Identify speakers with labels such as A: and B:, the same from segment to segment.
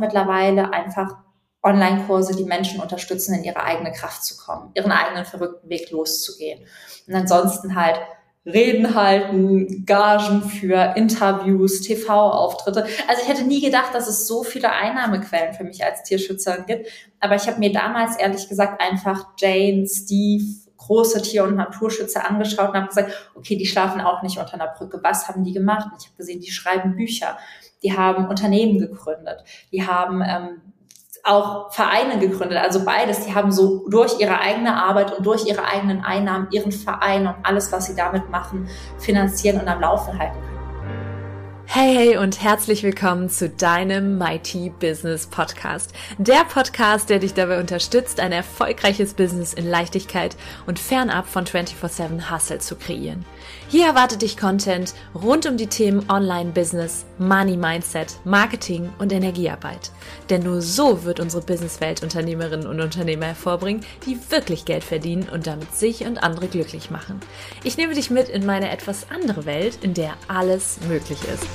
A: mittlerweile einfach Online-Kurse, die Menschen unterstützen, in ihre eigene Kraft zu kommen, ihren eigenen verrückten Weg loszugehen. Und ansonsten halt Reden halten, Gagen für Interviews, TV-Auftritte. Also ich hätte nie gedacht, dass es so viele Einnahmequellen für mich als Tierschützerin gibt. Aber ich habe mir damals ehrlich gesagt einfach Jane, Steve, große Tier- und Naturschützer angeschaut und habe gesagt, okay, die schlafen auch nicht unter einer Brücke. Was haben die gemacht? Und ich habe gesehen, die schreiben Bücher, die haben Unternehmen gegründet, die haben auch Vereine gegründet, also beides. Die haben so durch ihre eigene Arbeit und durch ihre eigenen Einnahmen ihren Verein und alles, was sie damit machen, finanzieren und am Laufen halten können.
B: Hey und herzlich willkommen zu deinem Mighty Business Podcast. Der Podcast, der dich dabei unterstützt, ein erfolgreiches Business in Leichtigkeit und fernab von 24/7 Hustle zu kreieren. Hier erwartet dich Content rund um die Themen Online-Business, Money-Mindset, Marketing und Energiearbeit. Denn nur so wird unsere Businesswelt Unternehmerinnen und Unternehmer hervorbringen, die wirklich Geld verdienen und damit sich und andere glücklich machen. Ich nehme dich mit in meine etwas andere Welt, in der alles möglich ist.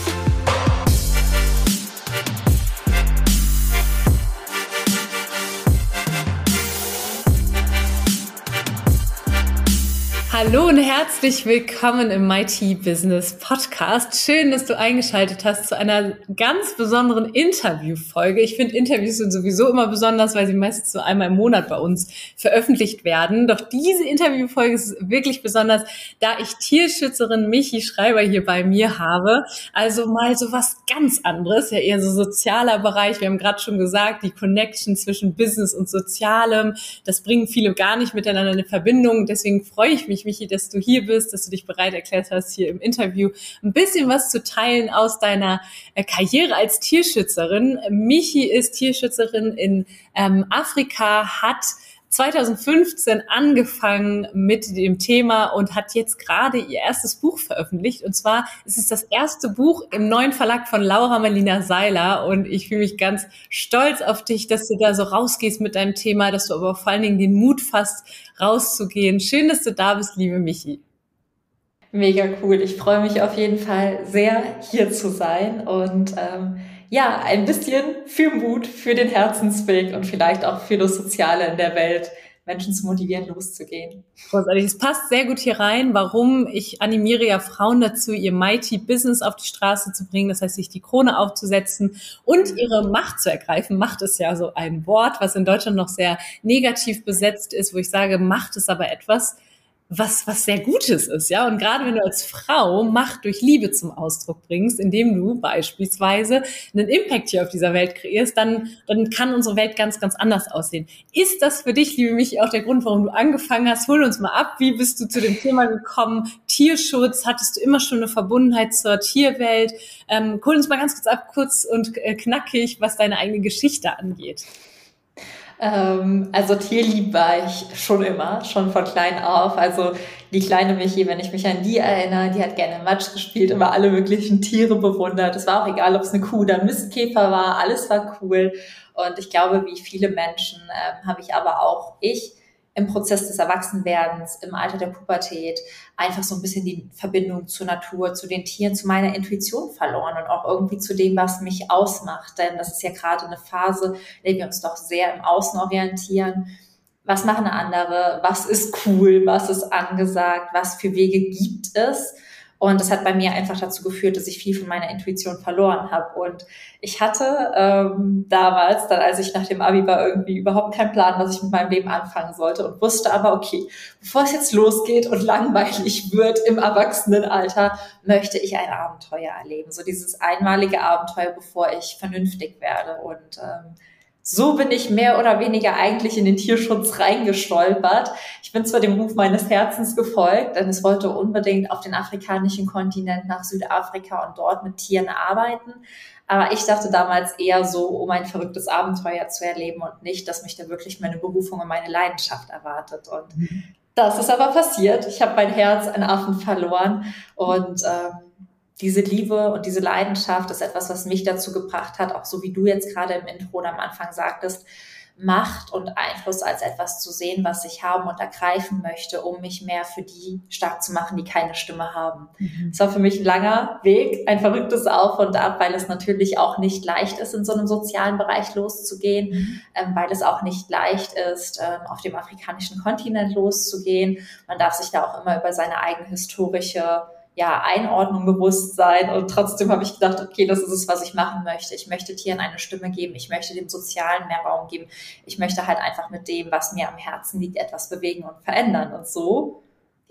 B: Hallo und herzlich willkommen im Mighty Business Podcast. Schön, dass du eingeschaltet hast zu einer ganz besonderen Interviewfolge. Ich finde, Interviews sind sowieso immer besonders, weil sie meistens so einmal im Monat bei uns veröffentlicht werden. Doch diese Interviewfolge ist wirklich besonders, da ich Tierschützerin Michi Schreiber hier bei mir habe. Also mal so was ganz anderes, ja eher so sozialer Bereich. Wir haben gerade schon gesagt, die Connection zwischen Business und Sozialem, das bringen viele gar nicht miteinander in Verbindung. Deswegen freue ich mich, Michi, dass du hier bist, dass du dich bereit erklärt hast, hier im Interview ein bisschen was zu teilen aus deiner Karriere als Tierschützerin. Michi ist Tierschützerin in Afrika, hat 2015 angefangen mit dem Thema und hat jetzt gerade ihr erstes Buch veröffentlicht. Und zwar ist es das erste Buch im neuen Verlag von Laura Marlina Seiler. Und ich fühle mich ganz stolz auf dich, dass du da so rausgehst mit deinem Thema, dass du aber vor allen Dingen den Mut fasst, rauszugehen. Schön, dass du da bist, liebe Michi.
A: Mega cool. Ich freue mich auf jeden Fall sehr, hier zu sein und ein bisschen für Mut, für den Herzensweg und vielleicht auch für das Soziale in der Welt, Menschen zu motivieren, loszugehen.
B: Großartig. Es passt sehr gut hier rein. Warum? Ich animiere ja Frauen dazu, ihr Mighty Business auf die Straße zu bringen. Das heißt, sich die Krone aufzusetzen und ihre Macht zu ergreifen. Macht ist ja so ein Wort, was in Deutschland noch sehr negativ besetzt ist, wo ich sage, Macht ist aber etwas, was sehr Gutes ist, ja. Und gerade wenn du als Frau Macht durch Liebe zum Ausdruck bringst, indem du beispielsweise einen Impact hier auf dieser Welt kreierst, dann kann unsere Welt ganz, ganz anders aussehen. Ist das für dich, liebe Michi, auch der Grund, warum du angefangen hast? Hol uns mal ab. Wie bist du zu dem Thema gekommen? Tierschutz? Hattest du immer schon eine Verbundenheit zur Tierwelt? Hol uns mal ganz kurz ab, kurz und knackig, was deine eigene Geschichte angeht.
A: Also tierlieb war ich schon immer, schon von klein auf. Also die kleine Michi, wenn ich mich an die erinnere, die hat gerne Matsch gespielt, immer alle möglichen Tiere bewundert. Es war auch egal, ob es eine Kuh oder ein Mistkäfer war, alles war cool. Und ich glaube, wie viele Menschen habe ich aber auch im Prozess des Erwachsenwerdens, im Alter der Pubertät, einfach so ein bisschen die Verbindung zur Natur, zu den Tieren, zu meiner Intuition verloren und auch irgendwie zu dem, was mich ausmacht. Denn das ist ja gerade eine Phase, in der wir uns doch sehr im Außen orientieren. Was machen andere? Was ist cool? Was ist angesagt? Was für Wege gibt es? Und das hat bei mir einfach dazu geführt, dass ich viel von meiner Intuition verloren habe. Und ich hatte damals, dann als ich nach dem Abi war, irgendwie überhaupt keinen Plan, was ich mit meinem Leben anfangen sollte und wusste aber, okay, bevor es jetzt losgeht und langweilig wird im Erwachsenenalter, möchte ich ein Abenteuer erleben. So dieses einmalige Abenteuer, bevor ich vernünftig werde. Und so bin ich mehr oder weniger eigentlich in den Tierschutz reingestolpert. Ich bin zwar dem Ruf meines Herzens gefolgt, denn es wollte unbedingt auf den afrikanischen Kontinent nach Südafrika und dort mit Tieren arbeiten. Aber ich dachte damals eher so, um ein verrücktes Abenteuer zu erleben und nicht, dass mich da wirklich meine Berufung und meine Leidenschaft erwartet. Und das ist aber passiert. Ich habe mein Herz an Affen verloren und diese Liebe und diese Leidenschaft ist etwas, was mich dazu gebracht hat, auch so wie du jetzt gerade im Intro oder am Anfang sagtest, Macht und Einfluss als etwas zu sehen, was ich haben und ergreifen möchte, um mich mehr für die stark zu machen, die keine Stimme haben. Es war für mich ein langer Weg, ein verrücktes Auf und Ab, weil es natürlich auch nicht leicht ist, in so einem sozialen Bereich loszugehen, weil es auch nicht leicht ist, auf dem afrikanischen Kontinent loszugehen. Man darf sich da auch immer über seine eigene historische Einordnung bewusst sein. Und trotzdem habe ich gedacht, okay, das ist es, was ich machen möchte. Ich möchte Tieren eine Stimme geben. Ich möchte dem Sozialen mehr Raum geben. Ich möchte halt einfach mit dem, was mir am Herzen liegt, etwas bewegen und verändern. Und so,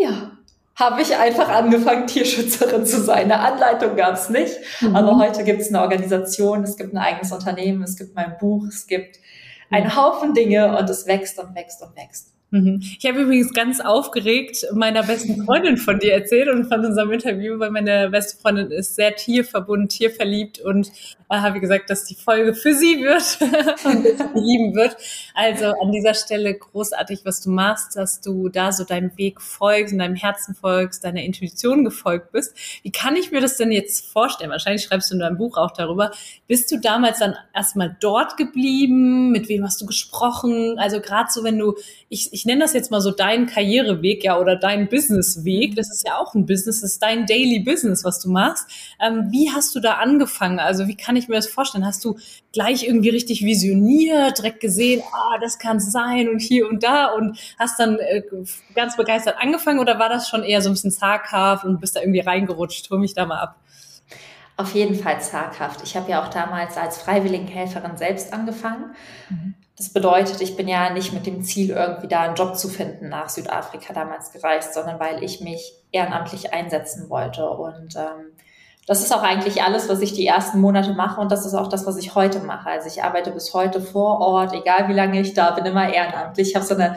A: habe ich einfach angefangen, Tierschützerin zu sein. Eine Anleitung gab es nicht. Aber heute gibt es eine Organisation, es gibt ein eigenes Unternehmen, es gibt mein Buch, es gibt einen Haufen Dinge und es wächst und wächst und wächst.
B: Ich habe übrigens ganz aufgeregt meiner besten Freundin von dir erzählt und von unserem Interview, weil meine beste Freundin ist sehr tierverbunden, tierverliebt und habe gesagt, dass die Folge für sie wird und dass sie lieben wird. Also an dieser Stelle großartig, was du machst, dass du da so deinem Weg folgst und deinem Herzen folgst, deiner Intuition gefolgt bist. Wie kann ich mir das denn jetzt vorstellen? Wahrscheinlich schreibst du in deinem Buch auch darüber. Bist du damals dann erstmal dort geblieben? Mit wem hast du gesprochen? Also gerade so, wenn du, ich nenne das jetzt mal so deinen Karriereweg, ja, oder deinen Businessweg. Das ist ja auch ein Business, das ist dein Daily Business, was du machst. Wie hast du da angefangen? Also wie kann ich mir das vorstellen? Hast du gleich irgendwie richtig visioniert, direkt gesehen, das kann es sein und hier und da und hast dann ganz begeistert angefangen oder war das schon eher so ein bisschen zaghaft und bist da irgendwie reingerutscht? Hol mich da mal ab.
A: Auf jeden Fall zaghaft. Ich habe ja auch damals als Freiwilligenhelferin selbst angefangen. Das bedeutet, ich bin ja nicht mit dem Ziel, irgendwie da einen Job zu finden nach Südafrika damals gereist, sondern weil ich mich ehrenamtlich einsetzen wollte. Und das ist auch eigentlich alles, was ich die ersten Monate mache und das ist auch das, was ich heute mache. Also ich arbeite bis heute vor Ort, egal wie lange ich da bin, immer ehrenamtlich. Ich habe so eine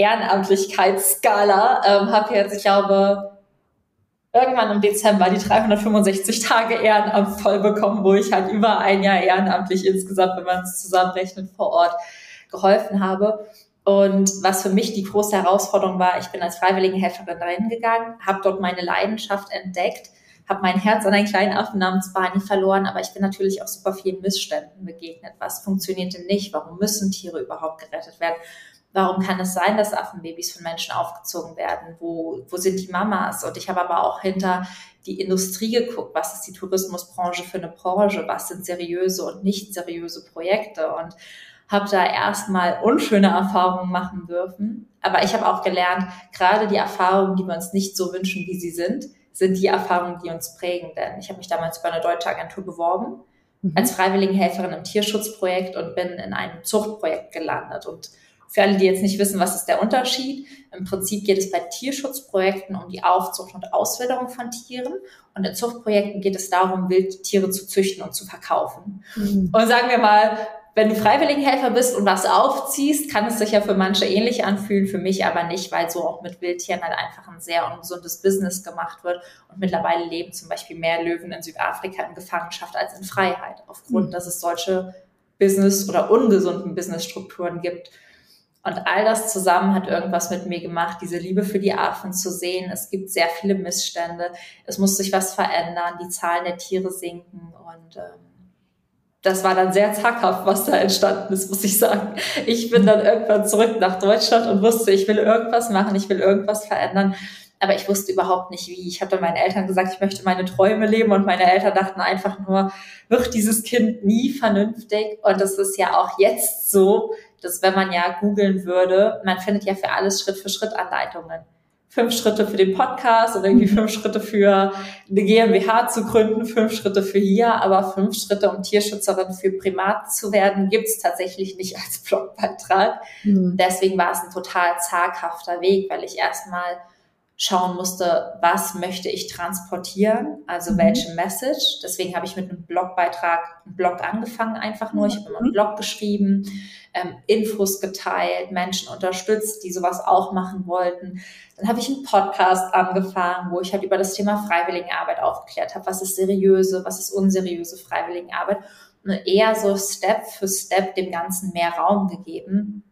A: Ehrenamtlichkeitsskala, habe jetzt, ich glaube, irgendwann im Dezember die 365 Tage Ehrenamt voll bekommen, wo ich halt über ein Jahr ehrenamtlich insgesamt, wenn man es zusammenrechnet, vor Ort geholfen habe. Und was für mich die große Herausforderung war, ich bin als Freiwilligenhelferin dahin gegangen, habe dort meine Leidenschaft entdeckt, habe mein Herz an einen kleinen Affen namens Barney verloren, aber ich bin natürlich auch super vielen Missständen begegnet. Was funktioniert denn nicht? Warum müssen Tiere überhaupt gerettet werden? Warum kann es sein, dass Affenbabys von Menschen aufgezogen werden? Wo sind die Mamas? Und ich habe aber auch hinter die Industrie geguckt. Was ist die Tourismusbranche für eine Branche? Was sind seriöse und nicht seriöse Projekte? Und habe da erstmal unschöne Erfahrungen machen dürfen. Aber ich habe auch gelernt, gerade die Erfahrungen, die wir uns nicht so wünschen, wie sie sind die Erfahrungen, die uns prägen. Denn ich habe mich damals über eine deutsche Agentur beworben, als Freiwilligenhelferin im Tierschutzprojekt und bin in einem Zuchtprojekt gelandet. Und für alle, die jetzt nicht wissen, was ist der Unterschied? Im Prinzip geht es bei Tierschutzprojekten um die Aufzucht und Auswilderung von Tieren. Und in Zuchtprojekten geht es darum, Wildtiere zu züchten und zu verkaufen. Und sagen wir mal, wenn du Freiwilligenhelfer bist und was aufziehst, kann es sich ja für manche ähnlich anfühlen, für mich aber nicht, weil so auch mit Wildtieren halt einfach ein sehr ungesundes Business gemacht wird. Und mittlerweile leben zum Beispiel mehr Löwen in Südafrika in Gefangenschaft als in Freiheit, aufgrund, dass es solche Business- oder ungesunden Businessstrukturen gibt. Und all das zusammen hat irgendwas mit mir gemacht, diese Liebe für die Affen zu sehen. Es gibt sehr viele Missstände. Es muss sich was verändern. Die Zahlen der Tiere sinken und das war dann sehr zaghaft, was da entstanden ist, muss ich sagen. Ich bin dann irgendwann zurück nach Deutschland und wusste, ich will irgendwas machen, ich will irgendwas verändern. Aber ich wusste überhaupt nicht wie. Ich habe dann meinen Eltern gesagt, ich möchte meine Träume leben und meine Eltern dachten einfach nur, wird dieses Kind nie vernünftig? Und das ist ja auch jetzt so, dass wenn man ja googeln würde, man findet ja für alles Schritt-für-Schritt Anleitungen. 5 Schritte für den Podcast und irgendwie 5 Schritte für eine GmbH zu gründen, 5 Schritte für hier, aber 5 Schritte, um Tierschützerin für Primat zu werden, gibt's tatsächlich nicht als Blogbeitrag. Deswegen war es ein total zaghafter Weg, weil ich erstmal schauen musste, was möchte ich transportieren, also welche Message. Deswegen habe ich mit einem Blogbeitrag, einen Blog angefangen einfach nur. Ich habe immer einen Blog geschrieben, Infos geteilt, Menschen unterstützt, die sowas auch machen wollten. Dann habe ich einen Podcast angefangen, wo ich halt über das Thema Freiwilligenarbeit aufgeklärt habe. Was ist seriöse, was ist unseriöse Freiwilligenarbeit? Und eher so Step für Step dem Ganzen mehr Raum gegeben.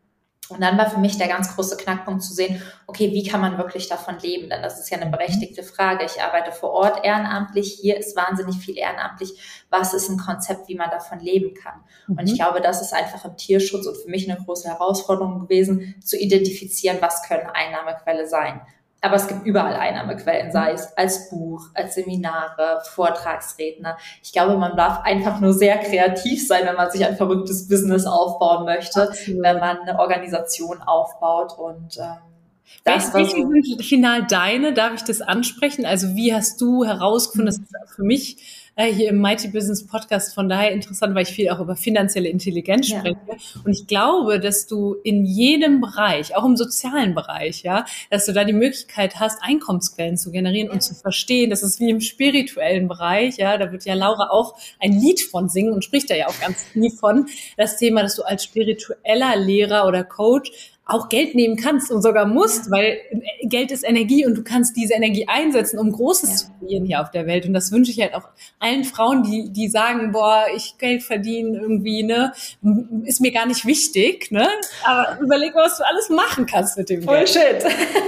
A: Und dann war für mich der ganz große Knackpunkt zu sehen, okay, wie kann man wirklich davon leben? Denn das ist ja eine berechtigte Frage. Ich arbeite vor Ort ehrenamtlich, hier ist wahnsinnig viel ehrenamtlich. Was ist ein Konzept, wie man davon leben kann? Und ich glaube, das ist einfach im Tierschutz und für mich eine große Herausforderung gewesen, zu identifizieren, was können Einnahmequelle sein. Aber es gibt überall Einnahmequellen, sei es als Buch, als Seminare, Vortragsredner. Ich glaube, man darf einfach nur sehr kreativ sein, wenn man sich ein verrücktes Business aufbauen möchte,
B: Absolut.
A: wenn man eine Organisation aufbaut. Und
B: welche sind final deine? Darf ich das ansprechen? Also wie hast du herausgefunden, das ist für mich hier im Mighty Business Podcast von daher interessant, weil ich viel auch über finanzielle Intelligenz spreche. Und ich glaube, dass du in jedem Bereich, auch im sozialen Bereich, ja, dass du da die Möglichkeit hast, Einkommensquellen zu generieren und zu verstehen. Das ist wie im spirituellen Bereich, ja, da wird ja Laura auch ein Lied von singen und spricht da ja auch ganz viel von. Das Thema, dass du als spiritueller Lehrer oder Coach auch Geld nehmen kannst und sogar musst, weil Geld ist Energie und du kannst diese Energie einsetzen, um Großes zu kreieren hier auf der Welt. Und das wünsche ich halt auch allen Frauen, die sagen, boah, ich Geld verdienen irgendwie, ne, ist mir gar nicht wichtig, ne? Aber überleg mal, was du alles machen kannst mit dem Geld.
A: Bullshit.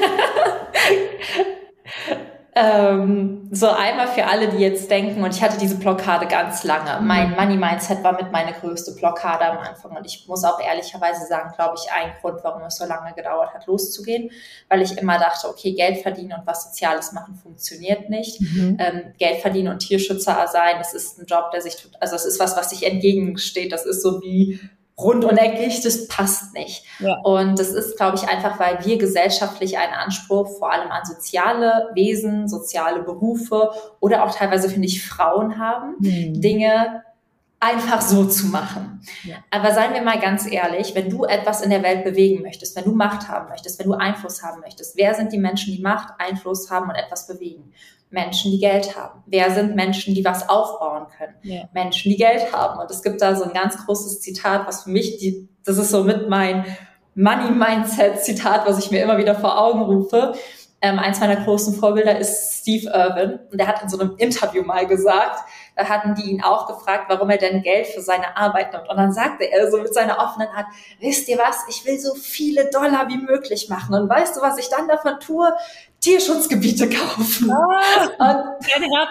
A: So einmal für alle, die jetzt denken, und ich hatte diese Blockade ganz lange. Mein Money-Mindset war mit meine größte Blockade am Anfang. Und ich muss auch ehrlicherweise sagen, glaube ich, ein Grund, warum es so lange gedauert hat, loszugehen, weil ich immer dachte, okay, Geld verdienen und was Soziales machen funktioniert nicht. Geld verdienen und Tierschützer sein, das ist ein Job, der sich tut, also es ist was sich entgegensteht. Das ist so wie rund und eckig, das passt nicht. Ja. Und das ist, glaube ich, einfach, weil wir gesellschaftlich einen Anspruch vor allem an soziale Wesen, soziale Berufe oder auch teilweise, finde ich, Frauen haben, Dinge einfach so zu machen. Ja. Aber seien wir mal ganz ehrlich, wenn du etwas in der Welt bewegen möchtest, wenn du Macht haben möchtest, wenn du Einfluss haben möchtest, wer sind die Menschen, die Macht, Einfluss haben und etwas bewegen? Menschen, die Geld haben. Wer sind Menschen, die was aufbauen können? Ja. Menschen, die Geld haben. Und es gibt da so ein ganz großes Zitat, was für mich, das ist so mit mein Money-Mindset-Zitat, was ich mir immer wieder vor Augen rufe. Eins meiner großen Vorbilder ist Steve Irwin. Und der hat in so einem Interview mal gesagt, da hatten die ihn auch gefragt, warum er denn Geld für seine Arbeit nimmt. Und dann sagte er so mit seiner offenen Art, wisst ihr was, ich will so viele Dollar wie möglich machen. Und weißt du, was ich dann davon tue? Tierschutzgebiete kaufen. Und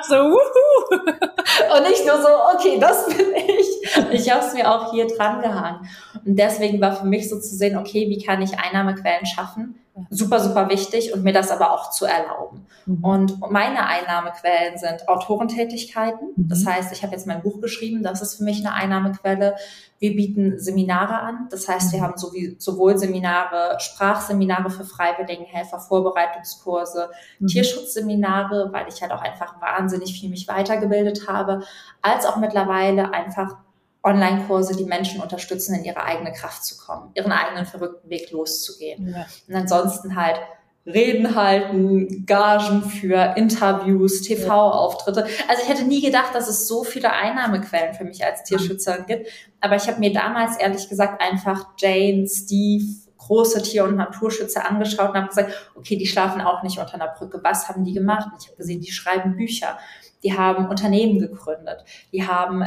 A: ich nur so, okay, das bin ich. Ich habe es mir auch hier dran gehangen. Und deswegen war für mich so zu sehen, okay, wie kann ich Einnahmequellen schaffen? Super, super wichtig und mir das aber auch zu erlauben. Und meine Einnahmequellen sind Autorentätigkeiten. Das heißt, ich habe jetzt mein Buch geschrieben, das ist für mich eine Einnahmequelle. Wir bieten Seminare an. Das heißt, wir haben sowohl Seminare, Sprachseminare für Freiwilligenhelfer, Vorbereitungskurse, Tierschutzseminare, weil ich halt auch einfach wahnsinnig viel mich weitergebildet habe, als auch mittlerweile einfach Online-Kurse, die Menschen unterstützen, in ihre eigene Kraft zu kommen, ihren eigenen verrückten Weg loszugehen. Ja. Und ansonsten halt Reden halten, Gagen für Interviews, TV-Auftritte. Also ich hätte nie gedacht, dass es so viele Einnahmequellen für mich als Tierschützerin gibt. Aber ich habe mir damals ehrlich gesagt einfach Jane, Steve, große Tier- und Naturschützer angeschaut und habe gesagt, okay, die schlafen auch nicht unter einer Brücke. Was haben die gemacht? Und ich habe gesehen, die schreiben Bücher. Die haben Unternehmen gegründet. Die haben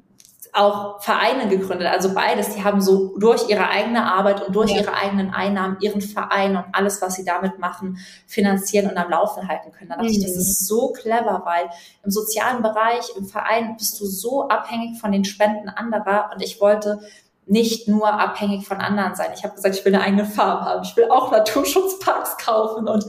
A: auch Vereine gegründet, also beides. Die haben so durch ihre eigene Arbeit und durch ihre eigenen Einnahmen ihren Verein und alles, was sie damit machen, finanzieren und am Laufen halten können. Da dachte ich, das ist so clever, weil im sozialen Bereich, im Verein bist du so abhängig von den Spenden anderer und ich wollte nicht nur abhängig von anderen sein. Ich habe gesagt, ich will eine eigene Farm haben. Ich will auch Naturschutzparks kaufen und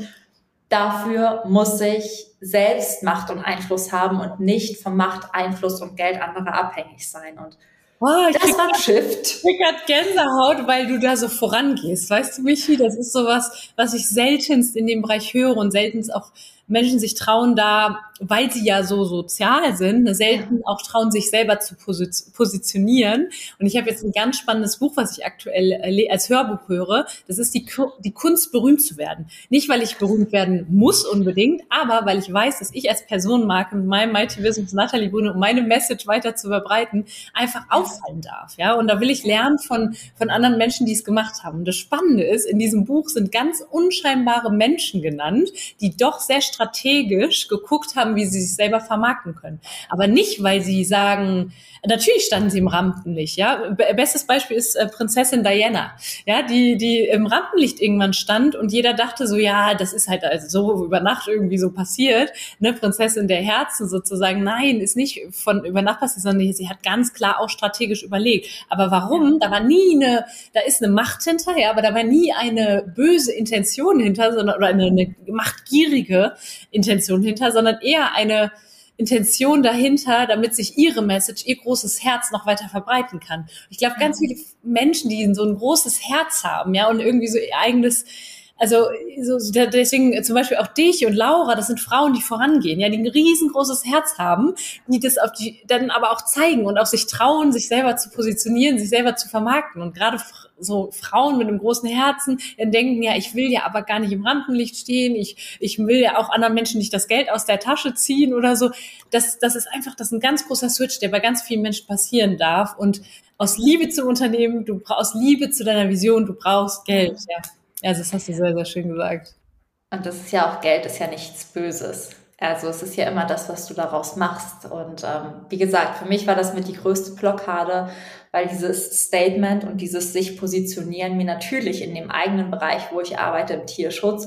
A: dafür muss ich selbst Macht und Einfluss haben und nicht von Macht, Einfluss und Geld anderer abhängig sein. Und das war ein Shift.
B: Ich krieg grad Gänsehaut, weil du da so vorangehst. Weißt du, Michi, das ist sowas, was ich seltenst in dem Bereich höre und seltenst auch Menschen sich trauen da, weil sie ja so sozial sind, selten auch trauen, sich selber zu positionieren. Und ich habe jetzt ein ganz spannendes Buch, was ich aktuell als Hörbuch höre. Das ist die Kunst, berühmt zu werden. Nicht, weil ich berühmt werden muss unbedingt, aber weil ich weiß, dass ich als Personenmarke mit meinem Mighty Business Nathalie Bohne, um meine Message weiter zu verbreiten, einfach auffallen darf. Ja, und da will ich lernen von anderen Menschen, die es gemacht haben. Und das Spannende ist, in diesem Buch sind ganz unscheinbare Menschen genannt, die doch sehr strategisch geguckt haben, wie sie sich selber vermarkten können. Aber nicht, weil sie sagen, natürlich standen sie im Rampenlicht, ja. Bestes Beispiel ist Prinzessin Diana, ja, die im Rampenlicht irgendwann stand und jeder dachte so, ja, das ist halt also so über Nacht irgendwie so passiert, ne, Prinzessin der Herzen sozusagen. Nein, ist nicht von über Nacht passiert, sondern sie hat ganz klar auch strategisch überlegt. Aber warum? Da ist eine Macht hinter, ja, aber da war nie eine böse Intention hinter, sondern oder eine machtgierige Intention hinter, sondern eher eine Intention dahinter, damit sich ihre Message, ihr großes Herz noch weiter verbreiten kann. Ich glaube, ganz viele Menschen, die so ein großes Herz haben, ja, und irgendwie so ihr eigenes, also deswegen zum Beispiel auch dich und Laura, das sind Frauen, die vorangehen, ja, die ein riesengroßes Herz haben, die das dann aber auch zeigen und auch sich trauen, sich selber zu positionieren, sich selber zu vermarkten. Und gerade so Frauen mit einem großen Herzen denken, ja, ich will ja aber gar nicht im Rampenlicht stehen, ich will ja auch anderen Menschen nicht das Geld aus der Tasche ziehen oder so. Das ist ein ganz großer Switch, der bei ganz vielen Menschen passieren darf. Und aus Liebe zum Unternehmen, aus Liebe zu deiner Vision, du brauchst Geld, ja. Also das hast du sehr, sehr schön gesagt.
A: Und das ist ja auch, Geld ist ja nichts Böses. Also es ist ja immer das, was du daraus machst. Und wie gesagt, für mich war das mit die größte Blockade, weil dieses Statement und dieses sich positionieren mir natürlich in dem eigenen Bereich, wo ich arbeite, im Tierschutz,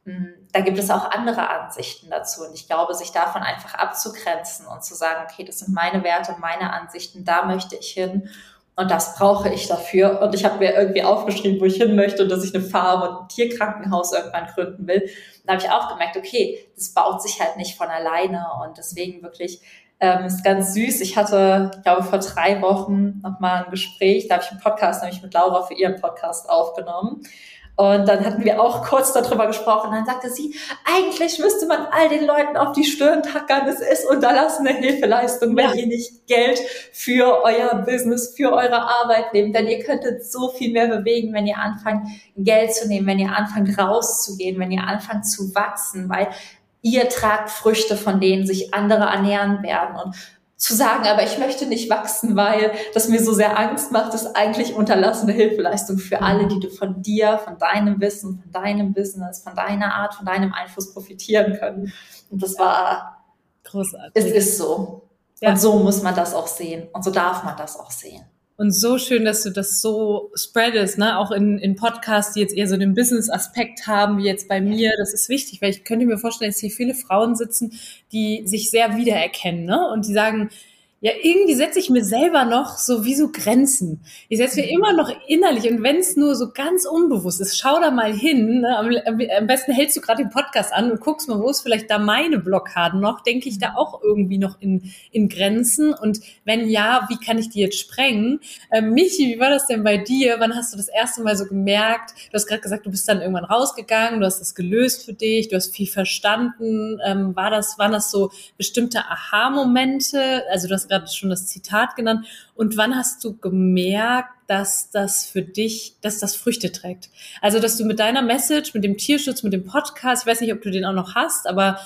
A: da gibt es auch andere Ansichten dazu. Und ich glaube, sich davon einfach abzugrenzen und zu sagen, okay, das sind meine Werte, meine Ansichten, da möchte ich hin. Und das brauche ich dafür. Und ich habe mir irgendwie aufgeschrieben, wo ich hin möchte und dass ich eine Farm und ein Tierkrankenhaus irgendwann gründen will. Da habe ich auch gemerkt, okay, das baut sich halt nicht von alleine. Und deswegen wirklich ist ganz süß. Ich hatte, ich glaube, vor 3 Wochen nochmal ein Gespräch. Da habe ich einen Podcast nämlich mit Laura für ihren Podcast aufgenommen. Und dann hatten wir auch kurz darüber gesprochen. Dann sagte sie, eigentlich müsste man all den Leuten auf die Stirn tackern. Es ist unterlassene Hilfeleistung, wenn ihr nicht Geld für euer Business, für eure Arbeit nehmt. Denn ihr könntet so viel mehr bewegen, wenn ihr anfangt, Geld zu nehmen, wenn ihr anfangt, rauszugehen, wenn ihr anfangt zu wachsen, weil ihr tragt Früchte, von denen sich andere ernähren werden. Und zu sagen, aber ich möchte nicht wachsen, weil das mir so sehr Angst macht, ist eigentlich unterlassene Hilfeleistung für alle, die du von dir, von deinem Wissen, von deinem Business, von deiner Art, von deinem Einfluss profitieren können. Und das war großartig. Es ist so. Ja. Und so muss man das auch sehen. Und so darf man das auch sehen.
B: Und so schön, dass du das so spreadest, ne? Auch in Podcasts, die jetzt eher so den Business-Aspekt haben, wie jetzt bei mir. Das ist wichtig, weil ich könnte mir vorstellen, dass hier viele Frauen sitzen, die sich sehr wiedererkennen, ne? Und die sagen, ja, irgendwie setze ich mir selber noch so wie so Grenzen. Ich setze mir immer noch innerlich, und wenn es nur so ganz unbewusst ist, schau da mal hin. Ne? Am besten hältst du gerade den Podcast an und guckst mal, wo ist vielleicht da meine Blockaden noch? Denke ich da auch irgendwie noch in Grenzen? Und wenn ja, wie kann ich die jetzt sprengen? Michi, wie war das denn bei dir? Wann hast du das erste Mal so gemerkt? Du hast gerade gesagt, du bist dann irgendwann rausgegangen, du hast das gelöst für dich, du hast viel verstanden. Waren das so bestimmte Aha-Momente? Also du hast gerade schon das Zitat genannt. Und wann hast du gemerkt, dass das für dich, dass das Früchte trägt? Also, dass du mit deiner Message, mit dem Tierschutz, mit dem Podcast, ich weiß nicht, ob du den auch noch hast, aber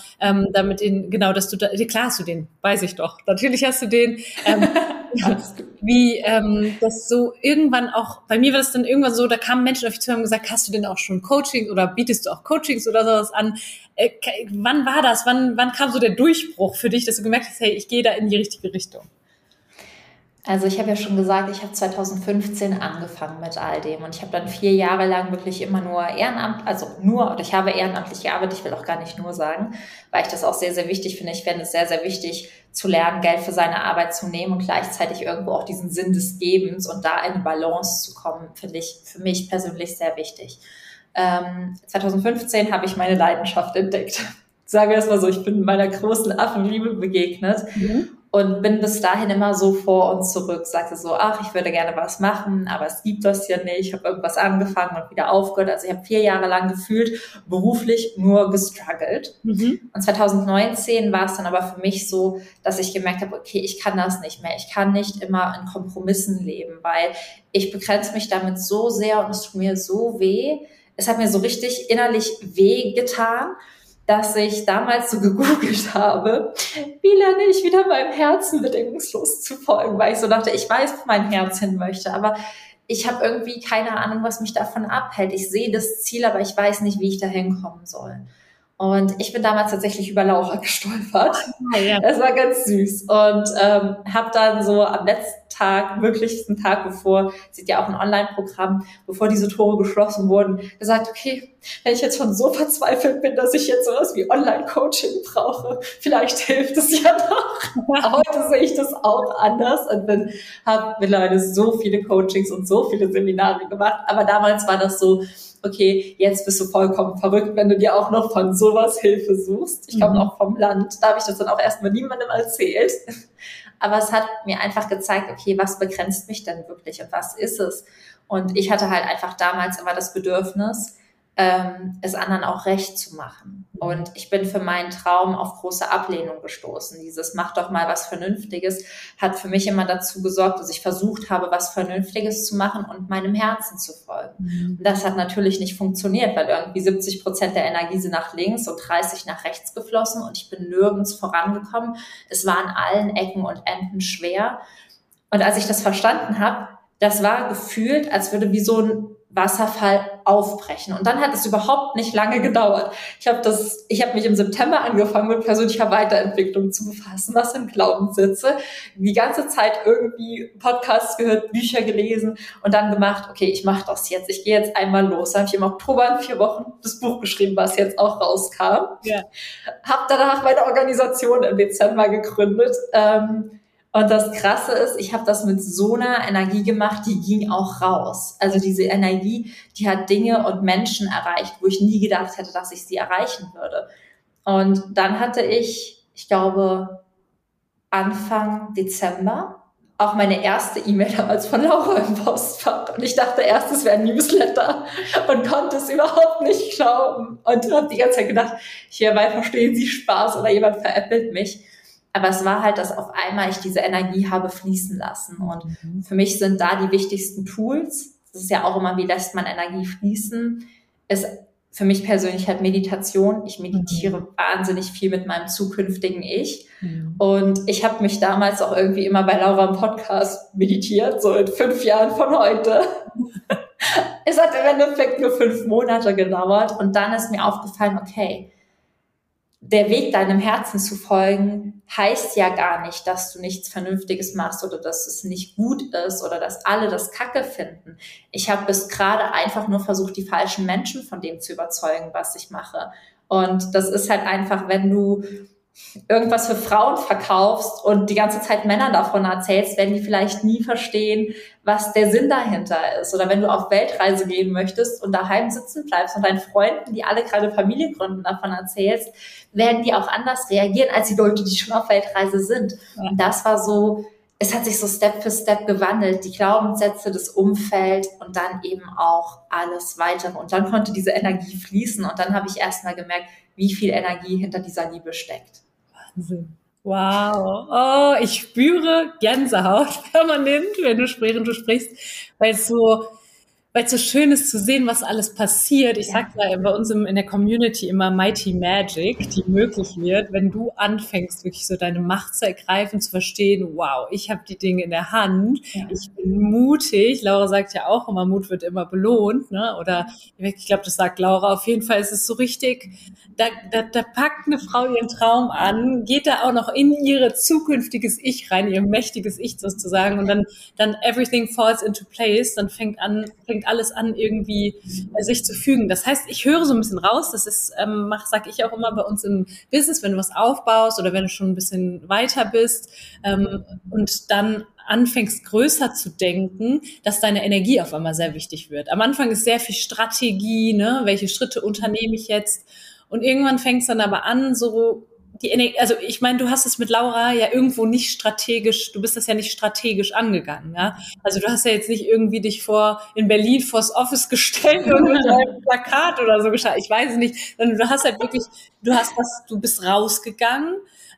B: dass du klar hast du den, weiß ich doch. Natürlich hast du den. Das so irgendwann auch, bei mir war das dann irgendwann so, da kamen Menschen auf mich zu und haben gesagt, hast du denn auch schon Coaching oder bietest du auch Coachings oder sowas an? Wann war das? Wann kam so der Durchbruch für dich, dass du gemerkt hast, hey, ich gehe da in die richtige Richtung?
A: Also ich habe ja schon gesagt, ich habe 2015 angefangen mit all dem und ich habe dann 4 Jahre lang wirklich immer nur ich habe ehrenamtlich gearbeitet, ich will auch gar nicht nur sagen, weil ich das auch sehr, sehr wichtig finde. Ich fände es sehr, sehr wichtig zu lernen, Geld für seine Arbeit zu nehmen und gleichzeitig irgendwo auch diesen Sinn des Gebens und da in eine Balance zu kommen, finde ich für mich persönlich sehr wichtig. 2015 habe ich meine Leidenschaft entdeckt. Sagen wir es mal so, ich bin meiner großen Affenliebe begegnet. Und bin bis dahin immer so vor und zurück, sagte so, ach, ich würde gerne was machen, aber es gibt das ja nicht. Ich habe irgendwas angefangen und wieder aufgehört. Also ich habe 4 Jahre lang gefühlt beruflich nur gestruggelt. Und 2019 war es dann aber für mich so, dass ich gemerkt habe, okay, ich kann das nicht mehr. Ich kann nicht immer in Kompromissen leben, weil ich begrenze mich damit so sehr und es tut mir so weh. Es hat mir so richtig innerlich weh getan, dass ich damals so gegoogelt habe, wie lerne ich wieder meinem Herzen bedingungslos zu folgen, weil ich so dachte, ich weiß, wo mein Herz hin möchte, aber ich habe irgendwie keine Ahnung, was mich davon abhält. Ich sehe das Ziel, aber ich weiß nicht, wie ich da hinkommen soll. Und ich bin damals tatsächlich über Laura gestolpert.
B: Ah, ja.
A: Das war ganz süß. Und habe dann so am letzten Tag, wirklich einen Tag bevor, sieht ja auch ein Online-Programm, bevor diese Tore geschlossen wurden, gesagt, okay, wenn ich jetzt schon so verzweifelt bin, dass ich jetzt sowas wie Online-Coaching brauche, vielleicht hilft es ja noch. Heute sehe ich das auch anders und habe mittlerweile so viele Coachings und so viele Seminare gemacht. Aber damals war das so, okay, jetzt bist du vollkommen verrückt, wenn du dir auch noch von sowas Hilfe suchst. Ich komme auch vom Land, da habe ich das dann auch erstmal niemandem erzählt. Aber es hat mir einfach gezeigt, okay, was begrenzt mich denn wirklich und was ist es? Und ich hatte halt einfach damals immer das Bedürfnis, es anderen auch recht zu machen. Und ich bin für meinen Traum auf große Ablehnung gestoßen. Dieses mach doch mal was Vernünftiges hat für mich immer dazu gesorgt, dass ich versucht habe, was Vernünftiges zu machen und meinem Herzen zu folgen. Und das hat natürlich nicht funktioniert, weil irgendwie 70% der Energie sind nach links und 30 nach rechts geflossen und ich bin nirgends vorangekommen. Es war an allen Ecken und Enden schwer. Und als ich das verstanden habe, das war gefühlt, als würde wie so ein Wasserfall aufbrechen. Und dann hat es überhaupt nicht lange gedauert. Ich habe mich im September angefangen, mit persönlicher Weiterentwicklung zu befassen. Was sind Glaubenssätze? Die ganze Zeit irgendwie Podcasts gehört, Bücher gelesen und dann gemacht, okay, ich mache das jetzt. Ich gehe jetzt einmal los. Da habe ich im Oktober in 4 Wochen das Buch geschrieben, was jetzt auch rauskam. Ja. Habe danach meine Organisation im Dezember gegründet. Und das Krasse ist, ich habe das mit so einer Energie gemacht, die ging auch raus. Also diese Energie, die hat Dinge und Menschen erreicht, wo ich nie gedacht hätte, dass ich sie erreichen würde. Und dann hatte ich glaube, Anfang Dezember auch meine erste E-Mail damals von Laura im Postfach. Und ich dachte erst, es wäre ein Newsletter und konnte es überhaupt nicht glauben. Und habe die ganze Zeit gedacht, hierbei verstehen Sie Spaß oder jemand veräppelt mich. Aber es war halt, dass auf einmal ich diese Energie habe fließen lassen. Und für mich sind da die wichtigsten Tools. Das ist ja auch immer, wie lässt man Energie fließen, ist für mich persönlich halt Meditation. Ich meditiere wahnsinnig viel mit meinem zukünftigen Ich. Und ich habe mich damals auch irgendwie immer bei Laura im Podcast meditiert, so in 5 Jahren von heute. Es hat im Endeffekt nur 5 Monate gedauert. Und dann ist mir aufgefallen, okay, der Weg deinem Herzen zu folgen, heißt ja gar nicht, dass du nichts Vernünftiges machst oder dass es nicht gut ist oder dass alle das Kacke finden. Ich habe bis gerade einfach nur versucht, die falschen Menschen von dem zu überzeugen, was ich mache. Und das ist halt einfach, wenn du irgendwas für Frauen verkaufst und die ganze Zeit Männern davon erzählst, werden die vielleicht nie verstehen, was der Sinn dahinter ist. Oder wenn du auf Weltreise gehen möchtest und daheim sitzen bleibst und deinen Freunden, die alle gerade Familie gründen, davon erzählst, werden die auch anders reagieren, als die Leute, die schon auf Weltreise sind. Ja. Und das war so, es hat sich so Step für Step gewandelt, die Glaubenssätze, das Umfeld und dann eben auch alles Weitere. Und dann konnte diese Energie fließen und dann habe ich erst mal gemerkt, wie viel Energie hinter dieser Liebe steckt.
B: Wahnsinn. Wow. Oh, ich spüre Gänsehaut permanent, wenn du sprichst, weil es so schön ist zu sehen, was alles passiert. Ich sag ja bei uns in der Community immer Mighty Magic, die möglich wird, wenn du anfängst, wirklich so deine Macht zu ergreifen, zu verstehen, wow, ich habe die Dinge in der Hand, ich bin mutig. Laura sagt ja auch immer, Mut wird immer belohnt, ne? Oder ich glaube, das sagt Laura. Auf jeden Fall ist es so richtig, da packt eine Frau ihren Traum an, geht da auch noch in ihre zukünftiges Ich rein, ihr mächtiges Ich sozusagen, und dann everything falls into place, dann fängt alles an, irgendwie sich zu fügen. Das heißt, ich höre so ein bisschen raus, das ist, sag ich auch immer bei uns im Business, wenn du was aufbaust oder wenn du schon ein bisschen weiter bist und dann anfängst, größer zu denken, dass deine Energie auf einmal sehr wichtig wird. Am Anfang ist sehr viel Strategie, ne? Welche Schritte unternehme ich jetzt? Und irgendwann fängst du dann aber an, so die Energie, also ich meine, du hast es mit Laura ja irgendwo nicht strategisch, du bist das ja nicht strategisch angegangen, ja. Also du hast ja jetzt nicht irgendwie dich in Berlin vors Office gestellt und mit einem Plakat oder so geschaut. Ich weiß es nicht, sondern du hast halt wirklich, du bist rausgegangen,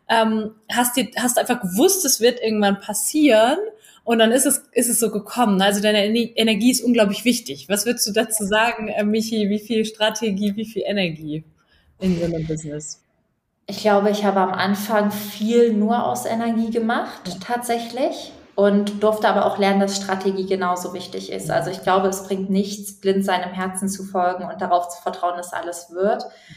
B: hast einfach gewusst, es wird irgendwann passieren. Und dann ist es so gekommen. Also deine Energie ist unglaublich wichtig. Was würdest du dazu sagen, Michi? Wie viel Strategie, wie viel Energie in so einem Business?
A: Ich glaube, ich habe am Anfang viel nur aus Energie gemacht, tatsächlich. Und durfte aber auch lernen, dass Strategie genauso wichtig ist. Also ich glaube, es bringt nichts, blind seinem Herzen zu folgen und darauf zu vertrauen, dass alles wird.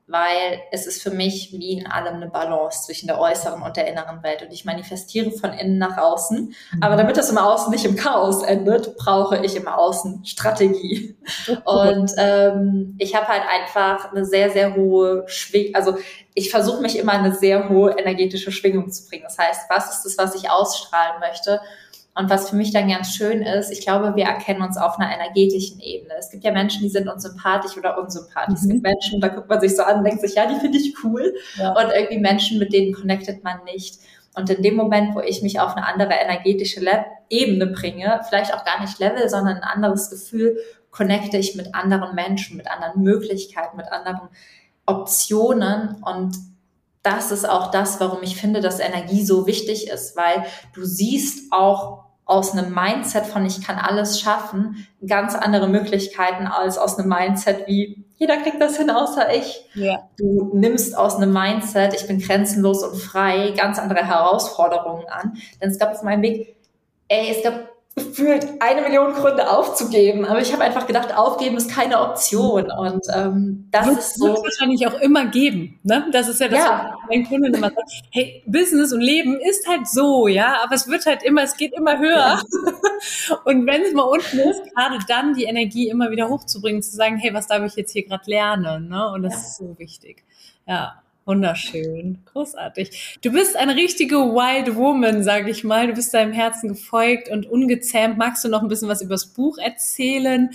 A: weil es ist für mich wie in allem eine Balance zwischen der äußeren und der inneren Welt. Und ich manifestiere von innen nach außen. Aber damit das im Außen nicht im Chaos endet, brauche ich im Außen Strategie. Und ich habe halt einfach eine sehr, sehr hohe Schwingung. Also ich versuche mich immer eine sehr hohe energetische Schwingung zu bringen. Das heißt, was ist das, was ich ausstrahlen möchte? Und was für mich dann ganz schön ist, ich glaube, wir erkennen uns auf einer energetischen Ebene. Es gibt ja Menschen, die sind uns sympathisch oder unsympathisch. Es gibt Menschen, da guckt man sich so an und denkt sich, ja, die finde ich cool. Ja. Und irgendwie Menschen, mit denen connectet man nicht. Und in dem Moment, wo ich mich auf eine andere energetische Ebene bringe, vielleicht auch gar nicht Level, sondern ein anderes Gefühl, connecte ich mit anderen Menschen, mit anderen Möglichkeiten, mit anderen Optionen. Und das ist auch das, warum ich finde, dass Energie so wichtig ist, weil du siehst auch aus einem Mindset von ich kann alles schaffen, ganz andere Möglichkeiten als aus einem Mindset wie jeder kriegt das hin, außer ich. Ja. Du nimmst aus einem Mindset, ich bin grenzenlos und frei, ganz andere Herausforderungen an. Denn es gab auf meinem Weg, es gab gefühlt 1 Million Gründe aufzugeben, aber ich habe einfach gedacht, aufgeben ist keine Option und das ist so.
B: Wird es wahrscheinlich auch immer geben, ne? Das ist ja das, was mein Kunde immer sagt. Hey, Business und Leben ist halt so, ja, aber es wird halt immer, es geht immer höher. Ja. Und wenn es mal unten ist, gerade dann die Energie immer wieder hochzubringen, zu sagen, hey, was darf ich jetzt hier gerade lernen, ne? Und das ist so wichtig. Ja. Wunderschön, großartig. Du bist eine richtige Wild Woman, sage ich mal. Du bist deinem Herzen gefolgt und ungezähmt. Magst du noch ein bisschen was über das Buch erzählen?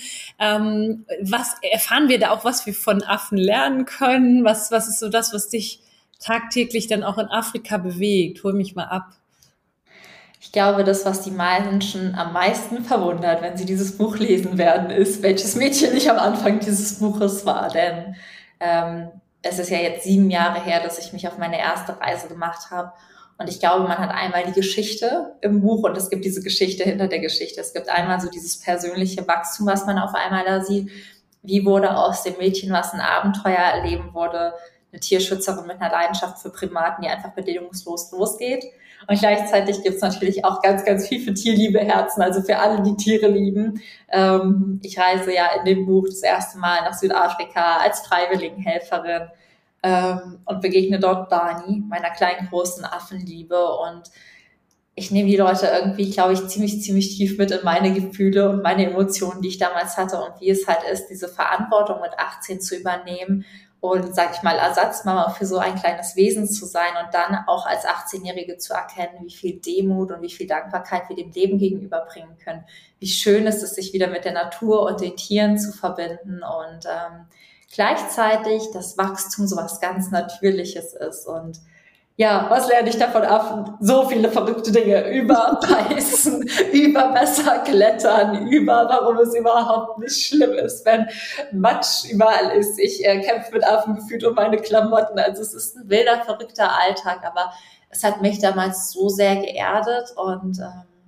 B: Was erfahren wir da auch, was wir von Affen lernen können? Was ist so das, was dich tagtäglich dann auch in Afrika bewegt? Hol mich mal ab.
A: Ich glaube, das, was die Menschen am meisten verwundert, wenn sie dieses Buch lesen werden, ist, welches Mädchen ich am Anfang dieses Buches war. Denn es ist ja jetzt 7 Jahre her, dass ich mich auf meine erste Reise gemacht habe. Und ich glaube, man hat einmal die Geschichte im Buch und es gibt diese Geschichte hinter der Geschichte. Es gibt einmal so dieses persönliche Wachstum, was man auf einmal da sieht. Wie wurde aus dem Mädchen, was ein Abenteuer erleben wurde, eine Tierschützerin mit einer Leidenschaft für Primaten, die einfach bedingungslos losgeht. Und gleichzeitig gibt es natürlich auch ganz, ganz viel für Tierliebeherzen, also für alle, die Tiere lieben. Ich reise ja in dem Buch das erste Mal nach Südafrika als Freiwilligenhelferin und begegne dort Dani, meiner kleinen, großen Affenliebe. Und ich nehme die Leute irgendwie, glaube ich, ziemlich tief mit in meine Gefühle und meine Emotionen, die ich damals hatte und wie es halt ist, diese Verantwortung mit 18 zu übernehmen und, sag ich mal, Ersatzmama für so ein kleines Wesen zu sein und dann auch als 18-Jährige zu erkennen, wie viel Demut und wie viel Dankbarkeit wir dem Leben gegenüberbringen können. Wie schön ist es, sich wieder mit der Natur und den Tieren zu verbinden und gleichzeitig das Wachstum so was ganz Natürliches ist. Und ja, was lerne ich davon ab? So viele verrückte Dinge über Beißen, über besser klettern, über warum es überhaupt nicht schlimm ist, wenn Matsch überall ist. Ich kämpfe mit Affen gefühlt um meine Klamotten. Also es ist ein wilder, verrückter Alltag, aber es hat mich damals so sehr geerdet und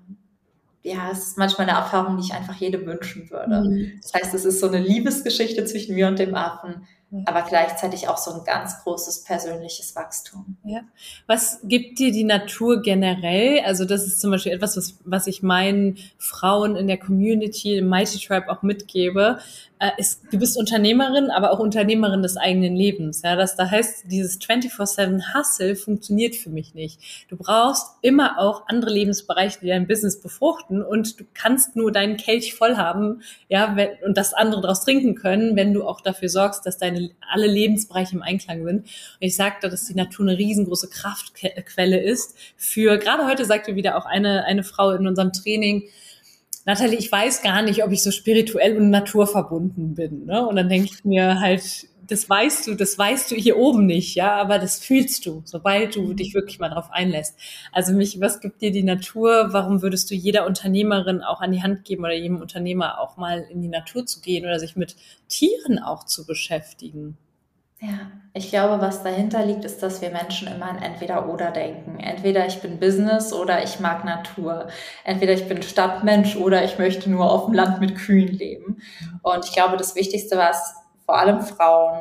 A: es ist manchmal eine Erfahrung, die ich einfach jedem wünschen würde. Das heißt, es ist so eine Liebesgeschichte zwischen mir und dem Affen, aber gleichzeitig auch so ein ganz großes persönliches Wachstum.
B: Ja. Was gibt dir die Natur generell? Also das ist zum Beispiel etwas, was ich meinen Frauen in der Community, im Mighty Tribe auch mitgebe. Du bist Unternehmerin, aber auch Unternehmerin des eigenen Lebens. Ja, das heißt, dieses 24/7 Hustle funktioniert für mich nicht. Du brauchst immer auch andere Lebensbereiche, die dein Business befruchten und du kannst nur deinen Kelch voll haben, ja, und das andere daraus trinken können, wenn du auch dafür sorgst, dass alle Lebensbereiche im Einklang sind. Und ich sagte, dass die Natur eine riesengroße Kraftquelle ist für, gerade heute sagte wieder auch eine Frau in unserem Training, Nathalie, ich weiß gar nicht, ob ich so spirituell und naturverbunden bin, ne? Und dann denke ich mir halt, das weißt du hier oben nicht, ja, aber das fühlst du, sobald du dich wirklich mal drauf einlässt. Also was gibt dir die Natur? Warum würdest du jeder Unternehmerin auch an die Hand geben oder jedem Unternehmer auch mal in die Natur zu gehen oder sich mit Tieren auch zu beschäftigen?
A: Ja, ich glaube, was dahinter liegt, ist, dass wir Menschen immer an Entweder-Oder denken. Entweder ich bin Business oder ich mag Natur. Entweder ich bin Stadtmensch oder ich möchte nur auf dem Land mit Kühen leben. Und ich glaube, das Wichtigste, was vor allem Frauen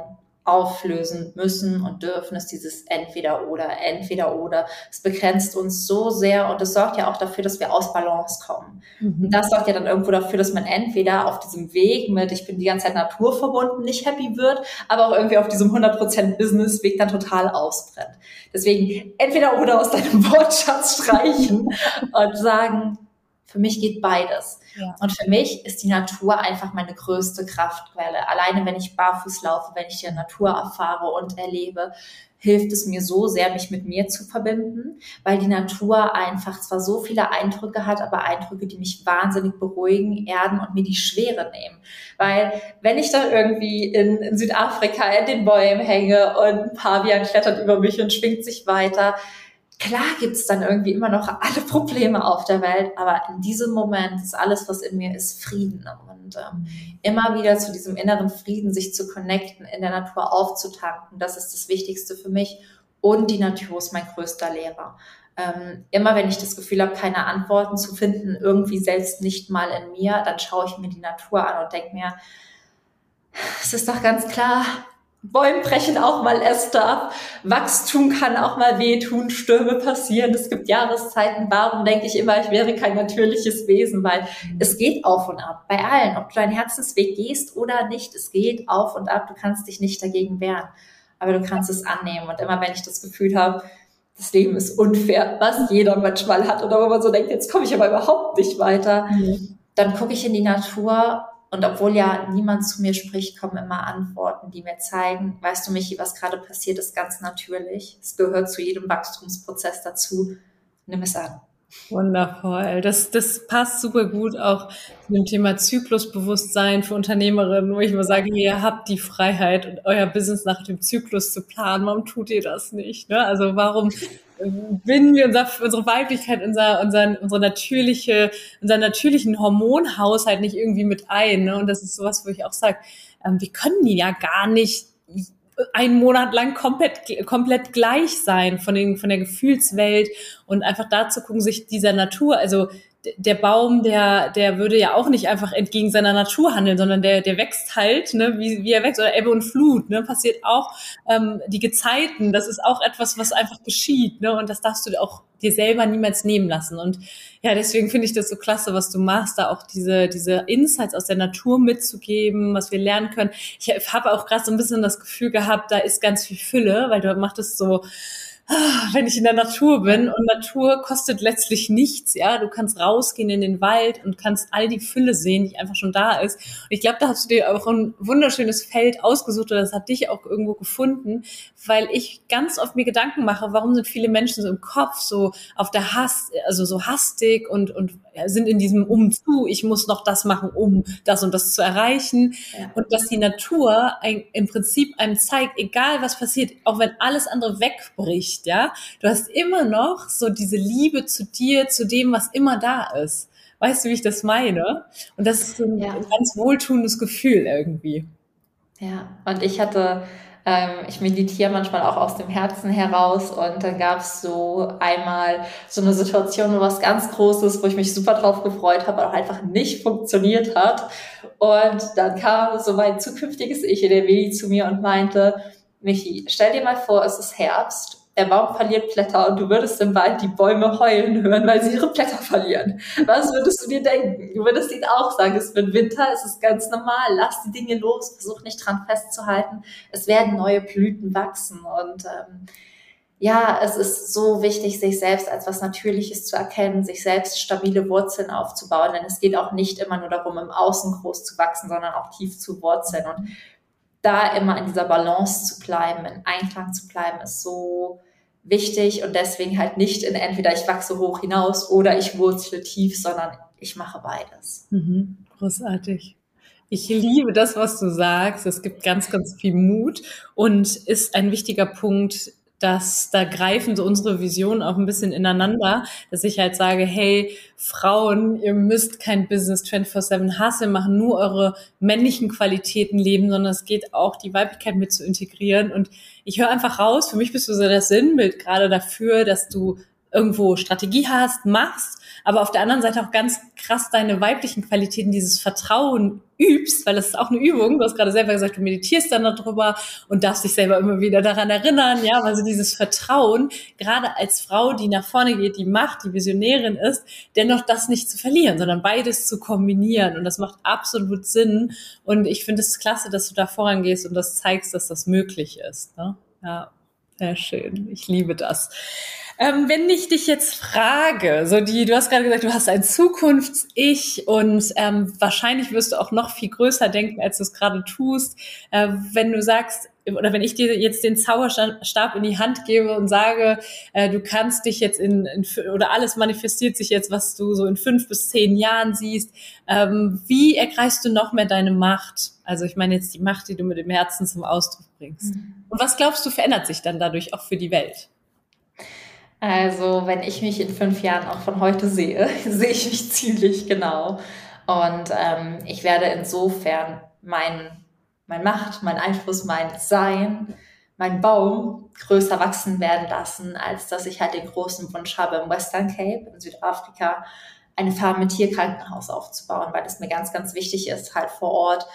A: auflösen müssen und dürfen, ist dieses entweder oder, entweder oder. Es begrenzt uns so sehr und es sorgt ja auch dafür, dass wir aus Balance kommen. Und das sorgt ja dann irgendwo dafür, dass man entweder auf diesem Weg mit, ich bin die ganze Zeit naturverbunden, nicht happy wird, aber auch irgendwie auf diesem 100% Business-Weg dann total ausbrennt. Deswegen entweder oder aus deinem Wortschatz streichen und sagen, für mich geht beides. Ja. Und für mich ist die Natur einfach meine größte Kraftquelle. Alleine wenn ich barfuß laufe, wenn ich die Natur erfahre und erlebe, hilft es mir so sehr, mich mit mir zu verbinden, weil die Natur einfach zwar so viele Eindrücke hat, aber Eindrücke, die mich wahnsinnig beruhigen, erden und mir die Schwere nehmen. Weil wenn ich dann irgendwie in Südafrika in den Bäumen hänge und ein Pavian klettert über mich und schwingt sich weiter, klar gibt's dann irgendwie immer noch alle Probleme auf der Welt, aber in diesem Moment ist alles, was in mir ist, Frieden. Und immer wieder zu diesem inneren Frieden sich zu connecten, in der Natur aufzutanken, das ist das Wichtigste für mich. Und die Natur ist mein größter Lehrer. Immer wenn ich das Gefühl habe, keine Antworten zu finden, irgendwie selbst nicht mal in mir, dann schaue ich mir die Natur an und denke mir, es ist doch ganz klar, Bäume brechen auch mal Äste ab, Wachstum kann auch mal wehtun, Stürme passieren, es gibt Jahreszeiten. Warum denke ich immer, ich wäre kein natürliches Wesen? Weil es geht auf und ab, bei allen, ob du deinen Herzensweg gehst oder nicht, es geht auf und ab, du kannst dich nicht dagegen wehren, aber du kannst es annehmen. Und immer wenn ich das Gefühl habe, das Leben ist unfair, was jeder manchmal hat, oder wo man so denkt, jetzt komme ich aber überhaupt nicht weiter, dann gucke ich in die Natur. Und obwohl ja niemand zu mir spricht, kommen immer Antworten, die mir zeigen, weißt du, Michi, was gerade passiert, ist ganz natürlich. Es gehört zu jedem Wachstumsprozess dazu. Nimm es an.
B: Wundervoll. Das passt super gut auch zu dem Thema Zyklusbewusstsein für Unternehmerinnen, wo ich immer sage, ihr habt die Freiheit, euer Business nach dem Zyklus zu planen. Warum tut ihr das nicht? Ne? Also warum binden wir unsere Weiblichkeit, unseren natürlichen Hormonhaushalt nicht irgendwie mit ein? Ne? Und das ist sowas, wo ich auch sage, wir können die ja gar nicht einen Monat lang komplett gleich sein von der Gefühlswelt und einfach da zu gucken, sich dieser Natur, also der Baum, der würde ja auch nicht einfach entgegen seiner Natur handeln, sondern der wächst halt, ne, wie er wächst, oder Ebbe und Flut, ne, passiert auch, die Gezeiten, das ist auch etwas, was einfach geschieht, ne, und das darfst du auch dir selber niemals nehmen lassen. Und ja, deswegen finde ich das so klasse, was du machst, da auch diese Insights aus der Natur mitzugeben, was wir lernen können. Ich habe auch gerade so ein bisschen das Gefühl gehabt, da ist ganz viel Fülle, weil du machst es so, wenn ich in der Natur bin, und Natur kostet letztlich nichts, ja, du kannst rausgehen in den Wald und kannst all die Fülle sehen, die einfach schon da ist. Und ich glaube, da hast du dir auch ein wunderschönes Feld ausgesucht, oder das hat dich auch irgendwo gefunden, weil ich ganz oft mir Gedanken mache, warum sind viele Menschen so im Kopf, so auf der also so hastig und sind in diesem Umzu, ich muss noch das machen, um das und das zu erreichen. Ja. Und dass die Natur im Prinzip einem zeigt, egal was passiert, auch wenn alles andere wegbricht, ja, du hast immer noch so diese Liebe zu dir, zu dem, was immer da ist. Weißt du, wie ich das meine? Und das ist so ein ganz wohltuendes Gefühl irgendwie.
A: Ja, und ich meditiere manchmal auch aus dem Herzen heraus, und dann gab es so einmal so eine Situation, wo was ganz Großes, wo ich mich super drauf gefreut habe, aber auch einfach nicht funktioniert hat. Und dann kam so mein zukünftiges Ich in der Medi zu mir und meinte, Michi, stell dir mal vor, es ist Herbst, der Baum verliert Blätter und du würdest im Wald die Bäume heulen hören, weil sie ihre Blätter verlieren. Was würdest du dir denken? Du würdest ihnen auch sagen, es wird Winter, es ist ganz normal, lass die Dinge los, versuch nicht dran festzuhalten, es werden neue Blüten wachsen. Und es ist so wichtig, sich selbst als was Natürliches zu erkennen, sich selbst stabile Wurzeln aufzubauen, denn es geht auch nicht immer nur darum, im Außen groß zu wachsen, sondern auch tief zu wurzeln. Und da immer in dieser Balance zu bleiben, in Einklang zu bleiben, ist so wichtig, und deswegen halt nicht in entweder ich wachse hoch hinaus oder ich wurzle tief, sondern ich mache beides.
B: Großartig. Ich liebe das, was du sagst. Es gibt ganz, ganz viel Mut und ist ein wichtiger Punkt, dass da greifen so unsere Visionen auch ein bisschen ineinander, dass ich halt sage, hey, Frauen, ihr müsst kein Business 24/7 Hustle machen, nur eure männlichen Qualitäten leben, sondern es geht auch, die Weiblichkeit mit zu integrieren. Und ich höre einfach raus, für mich bist du so das Sinnbild gerade dafür, dass du irgendwo Strategie hast, machst, aber auf der anderen Seite auch ganz krass deine weiblichen Qualitäten, dieses Vertrauen übst, weil das ist auch eine Übung. Du hast gerade selber gesagt, du meditierst dann darüber und darfst dich selber immer wieder daran erinnern, ja, also dieses Vertrauen, gerade als Frau, die nach vorne geht, die macht, die Visionärin ist, dennoch das nicht zu verlieren, sondern beides zu kombinieren und das macht absolut Sinn und ich finde es klasse, dass du da vorangehst und das zeigst, dass das möglich ist, ne? Ja, sehr schön. Ich liebe das. Wenn ich dich jetzt frage, du hast gerade gesagt, du hast ein Zukunfts-Ich und wahrscheinlich wirst du auch noch viel größer denken, als du es gerade tust. Wenn du sagst, oder wenn ich dir jetzt den Zauberstab in die Hand gebe und sage, du kannst dich jetzt oder alles manifestiert sich jetzt, was du so in 5 bis 10 Jahren siehst, wie ergreifst du noch mehr deine Macht? Also ich meine jetzt die Macht, die du mit dem Herzen zum Ausdruck bringst. Und was glaubst du, verändert sich dann dadurch auch für die Welt?
A: Also, wenn ich mich in 5 Jahren auch von heute sehe, sehe ich mich ziemlich genau. Und ich werde insofern mein Macht, mein Einfluss, mein Sein, mein Baum größer wachsen werden lassen, als dass ich halt den großen Wunsch habe, im Western Cape in Südafrika eine Farm mit Tierkrankenhaus aufzubauen, weil es mir ganz, ganz wichtig ist, halt vor Ort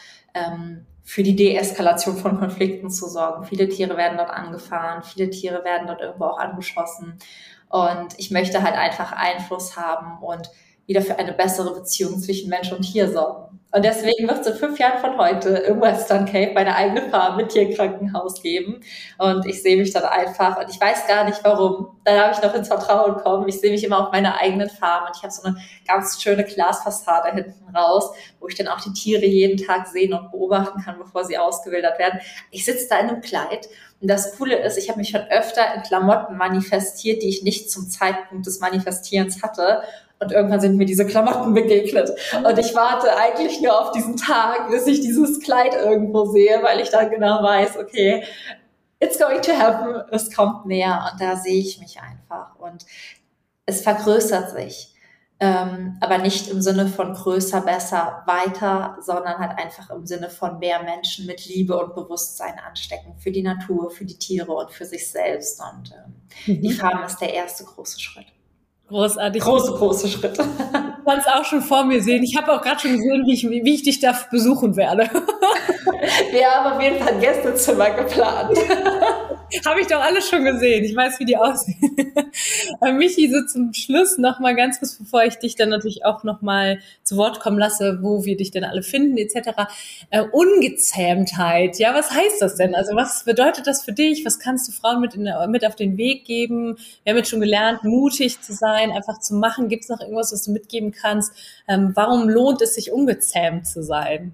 A: für die Deeskalation von Konflikten zu sorgen. Viele Tiere werden dort angefahren, viele Tiere werden dort irgendwo auch angeschossen. Und ich möchte halt einfach Einfluss haben und wieder für eine bessere Beziehung zwischen Mensch und Tier sorgen. Und deswegen wird es in 5 Jahren von heute im Western Cape meine eigene Farm mit Tierkrankenhaus geben. Und ich sehe mich dann einfach, und ich weiß gar nicht warum, da darf ich noch ins Vertrauen kommen. Ich sehe mich immer auf meiner eigenen Farm und ich habe so eine ganz schöne Glasfassade hinten raus, wo ich dann auch die Tiere jeden Tag sehen und beobachten kann, bevor sie ausgewildert werden. Ich sitze da in einem Kleid. Und das Coole ist, ich habe mich schon öfter in Klamotten manifestiert, die ich nicht zum Zeitpunkt des Manifestierens hatte. Und irgendwann sind mir diese Klamotten begegnet. Und ich warte eigentlich nur auf diesen Tag, bis ich dieses Kleid irgendwo sehe, weil ich dann genau weiß, okay, it's going to happen, es kommt näher. Und da sehe ich mich einfach. Und es vergrößert sich. Aber nicht im Sinne von größer, besser, weiter, sondern halt einfach im Sinne von mehr Menschen mit Liebe und Bewusstsein anstecken. Für die Natur, für die Tiere und für sich selbst. Und die Farm ist der erste große Schritt.
B: Großartig.
A: Große Schritte.
B: Ich kann es auch schon vor mir sehen. Ich habe auch gerade schon gesehen, wie ich dich da besuchen werde.
A: Wir haben auf jeden Fall ein Gästezimmer geplant.
B: Habe ich doch alles schon gesehen. Ich weiß, wie die aussehen. Michi, so zum Schluss noch mal ganz kurz, bevor ich dich dann natürlich auch noch mal zu Wort kommen lasse, wo wir dich denn alle finden etc. Ungezähmtheit, ja, was heißt das denn? Also was bedeutet das für dich? Was kannst du Frauen mit auf den Weg geben? Wir haben jetzt schon gelernt, mutig zu sein, einfach zu machen. Gibt es noch irgendwas, was du mitgeben kannst? Warum lohnt es sich, ungezähmt zu sein?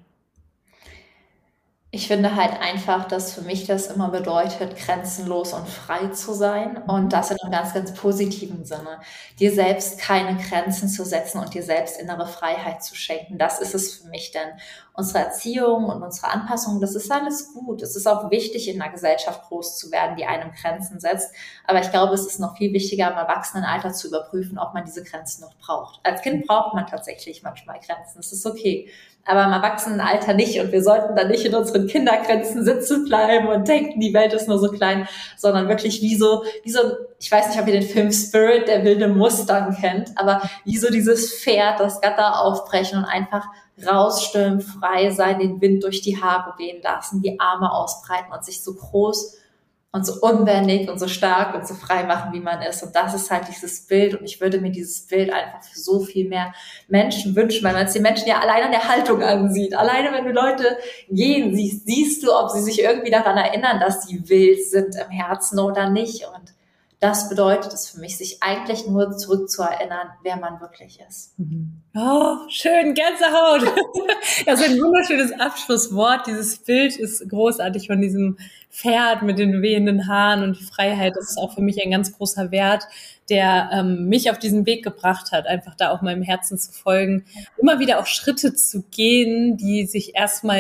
A: Ich finde halt einfach, dass für mich das immer bedeutet, grenzenlos und frei zu sein und das in einem ganz, ganz positiven Sinne. Dir selbst keine Grenzen zu setzen und dir selbst innere Freiheit zu schenken. Das ist es für mich, denn unsere Erziehung und unsere Anpassung, das ist alles gut. Es ist auch wichtig, in einer Gesellschaft groß zu werden, die einem Grenzen setzt. Aber ich glaube, es ist noch viel wichtiger, im Erwachsenenalter zu überprüfen, ob man diese Grenzen noch braucht. Als Kind braucht man tatsächlich manchmal Grenzen. Das ist okay. Aber im Erwachsenenalter nicht. Und wir sollten dann nicht in unseren Kindergrenzen sitzen bleiben und denken, die Welt ist nur so klein, sondern wirklich wie so, ich weiß nicht, ob ihr den Film Spirit, der wilde Mustang kennt, aber wie so dieses Pferd, das Gatter aufbrechen und einfach rausstürmen, frei sein, den Wind durch die Haare wehen lassen, die Arme ausbreiten und sich so groß und so unbändig und so stark und so frei machen, wie man ist. Und das ist halt dieses Bild. Und ich würde mir dieses Bild einfach für so viel mehr Menschen wünschen, weil man es den Menschen ja allein an der Haltung ansieht. Alleine, wenn du Leute gehen siehst, siehst du, ob sie sich irgendwie daran erinnern, dass sie wild sind im Herzen oder nicht. Und das bedeutet es für mich, sich eigentlich nur zurückzuerinnern, wer man wirklich ist.
B: Oh, schön, Gänsehaut. Das ist ein wunderschönes Abschlusswort. Dieses Bild ist großartig von diesem Pferd mit den wehenden Haaren und die Freiheit. Das ist auch für mich ein ganz großer Wert, der mich auf diesen Weg gebracht hat, einfach da auch meinem Herzen zu folgen. Immer wieder auch Schritte zu gehen, die sich erstmal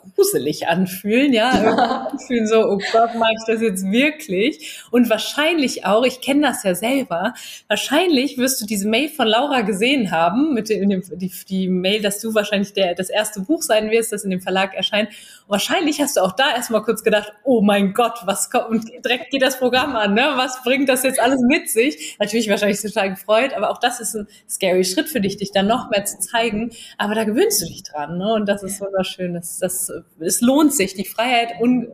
B: gruselig anfühlen, ja, anfühlen so, oh Gott, mache ich das jetzt wirklich? Und wahrscheinlich auch, ich kenne das ja selber, wahrscheinlich wirst du diese Mail von Laura gesehen haben, die Mail, dass du wahrscheinlich das erste Buch sein wirst, das in dem Verlag erscheint. Und wahrscheinlich hast du auch da erstmal kurz gedacht, oh mein Gott, was kommt, und direkt geht das Programm an, ne? Was bringt das jetzt alles mit sich? Natürlich wahrscheinlich total gefreut, aber auch das ist ein scary Schritt für dich dann noch mehr zu zeigen. Aber da gewöhnst du dich dran, ne? Und das ist wunderschön. Es lohnt sich. Die Freiheit,